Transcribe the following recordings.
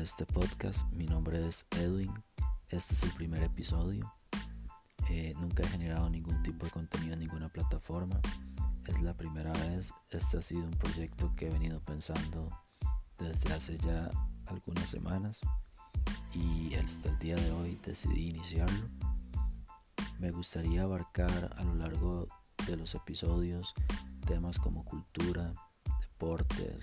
este podcast. Mi nombre es Edwin. Este es el primer episodio. Nunca he generado ningún tipo de contenido en ninguna plataforma. Es la primera vez. Este ha sido un proyecto que he venido pensando desde hace ya algunas semanas y hasta el día de hoy decidí iniciarlo. Me gustaría abarcar a lo largo de los episodios temas como cultura, deportes,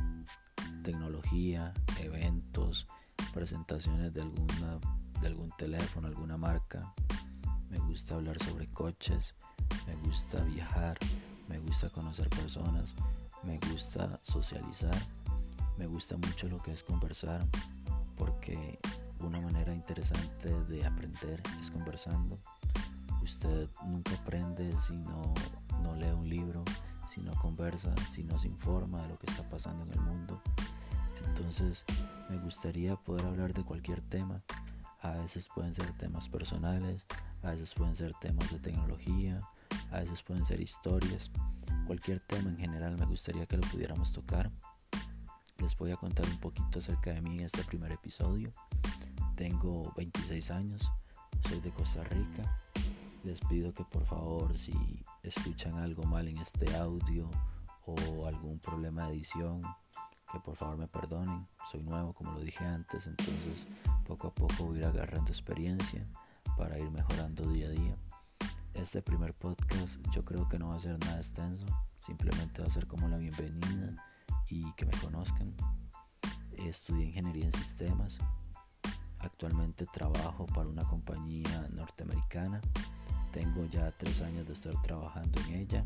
tecnología, eventos, presentaciones de algún teléfono, alguna marca. Me gusta hablar sobre coches, me gusta viajar, me gusta conocer personas, me gusta socializar, me gusta mucho lo que es conversar, porque una manera interesante de aprender es conversando. Usted nunca aprende si no lee un libro, si no conversa, si no se informa de lo que está pasando en el mundo. Entonces me gustaría poder hablar de cualquier tema. A veces pueden ser temas personales, a veces pueden ser temas de tecnología, a veces pueden ser historias. Cualquier tema en general me gustaría que lo pudiéramos tocar. Les voy a contar un poquito acerca de mí en este primer episodio. Tengo 26 años, soy de Costa Rica. Les pido que por favor, si escuchan algo mal en este audio o algún problema de edición, que por favor me perdonen. Soy nuevo, como lo dije antes, entonces poco a poco voy a ir agarrando experiencia para ir mejorando día a día. Este primer podcast yo creo que no va a ser nada extenso, simplemente va a ser como la bienvenida y que me conozcan. Estudié ingeniería en sistemas. Actualmente trabajo para una compañía norteamericana. Tengo ya 3 años de estar trabajando en ella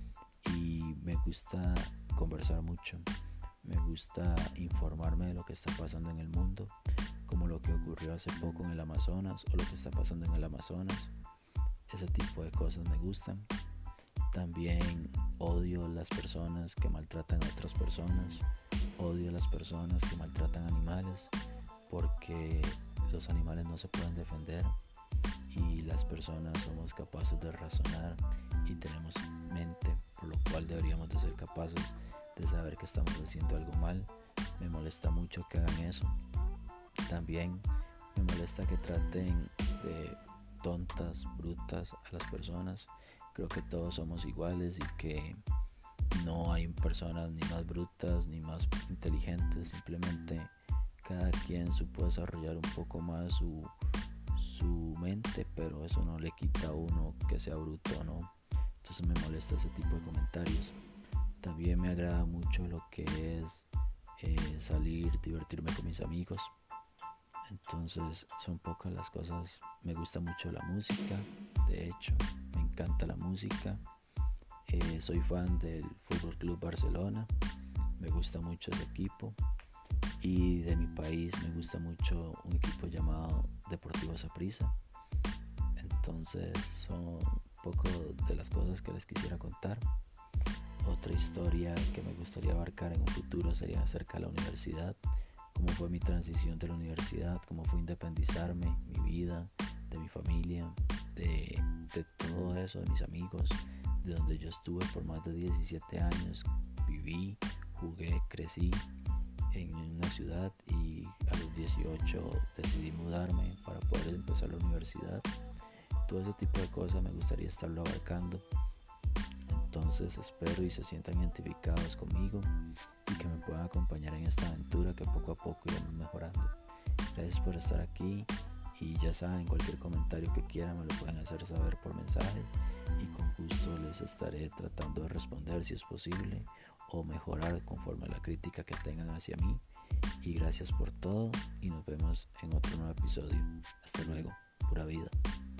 y me gusta conversar mucho. Me gusta informarme de lo que está pasando en el mundo, como lo que ocurrió hace poco en el Amazonas o lo que está pasando en el Amazonas. Ese tipo de cosas me gustan. También odio las personas que maltratan a otras personas. Odio las personas que maltratan animales, porque los animales no se pueden defender y las personas somos capaces de razonar y tenemos mente, por lo cual deberíamos de ser capaces de saber que estamos haciendo algo mal. Me molesta mucho que hagan eso. También me molesta que traten de tontas, brutas a las personas. Creo que todos somos iguales y que no hay personas ni más brutas ni más inteligentes. Simplemente cada quien supo desarrollar un poco más su mente, pero eso no le quita a uno que sea bruto, ¿no? Entonces me molesta ese tipo de comentarios. También me agrada mucho lo que es salir, divertirme con mis amigos. Entonces son pocas las cosas. Me gusta mucho la música, de hecho me encanta la música. Soy fan del Fútbol Club Barcelona, me gusta mucho ese equipo. Y de mi país me gusta mucho un equipo llamado Deportivo Saprissa. Entonces son un poco de las cosas que les quisiera contar. Otra historia que me gustaría abarcar en un futuro sería acerca de la universidad, cómo fue mi transición de la universidad, cómo fue independizarme, mi vida, de mi familia, de todo eso, de mis amigos, de donde yo estuve por más de 17 años, viví, jugué, crecí en una ciudad y a los 18 decidí mudarme para poder empezar la universidad. Todo ese tipo de cosas me gustaría estarlo abarcando. Entonces espero y se sientan identificados conmigo y que me puedan acompañar en esta aventura que poco a poco iremos mejorando. Gracias por estar aquí y ya saben, cualquier comentario que quieran me lo pueden hacer saber por mensajes y con gusto les estaré tratando de responder si es posible o mejorar conforme a la crítica que tengan hacia mí. Y gracias por todo y nos vemos en otro nuevo episodio. Hasta luego, pura vida.